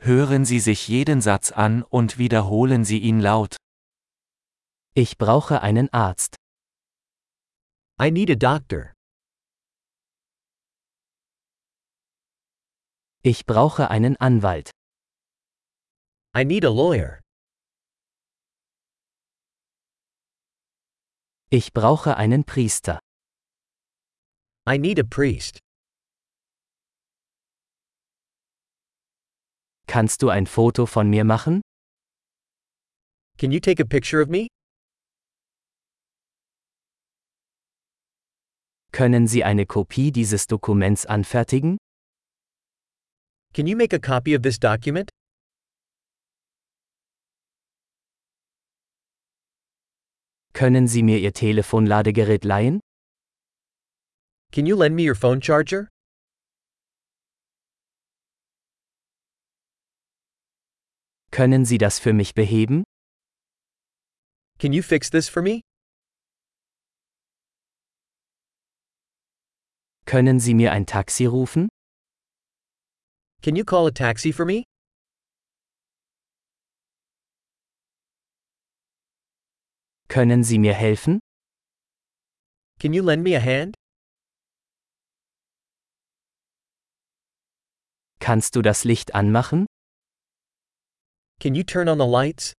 Hören Sie sich jeden Satz an und wiederholen Sie ihn laut. Ich brauche einen Arzt. I need a doctor. Ich brauche einen Anwalt. I need a lawyer. Ich brauche einen Priester. I need a priest. Kannst du ein Foto von mir machen? Can you take a picture of me? Können Sie eine Kopie dieses Dokuments anfertigen? Can you make a copy of this document? Können Sie mir Ihr Telefonladegerät leihen? Can you lend me your phone charger? Können Sie das für mich beheben? Can you fix this for me? Können Sie mir ein Taxi rufen? Can you call a taxi for me? Können Sie mir helfen? Can you lend me a hand? Kannst du das Licht anmachen? Can you turn on the lights?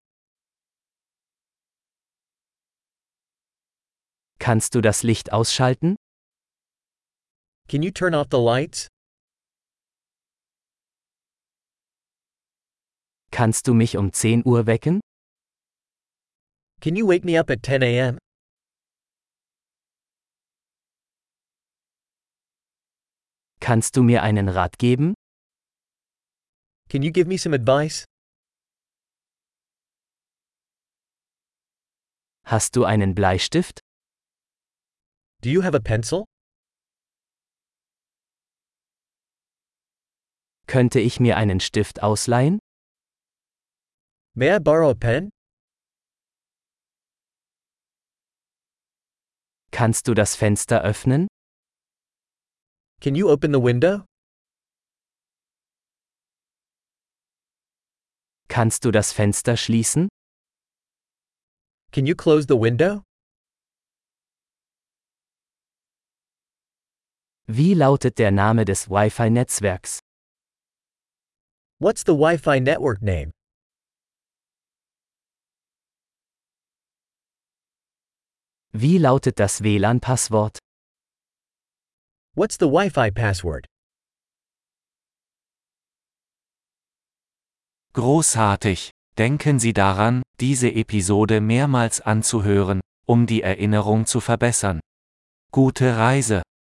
Kannst du das Licht ausschalten? Can you turn off the lights? Kannst du mich um 10 Uhr wecken? Can you wake me up at 10 a.m.? Kannst du mir einen Rat geben? Can you give me some advice? Hast du einen Bleistift? Do you have a pencil? Könnte ich mir einen Stift ausleihen? May I borrow a pen? Kannst du das Fenster öffnen? Can you open the window? Kannst du das Fenster schließen? Can you close the window? Wie lautet der Name des Wi-Fi-Netzwerks? What's the Wi-Fi network name? Wie lautet das WLAN-Passwort? What's the Wi-Fi password? Großartig! Denken Sie daran, diese Episode mehrmals anzuhören, um die Erinnerung zu verbessern. Gute Reise!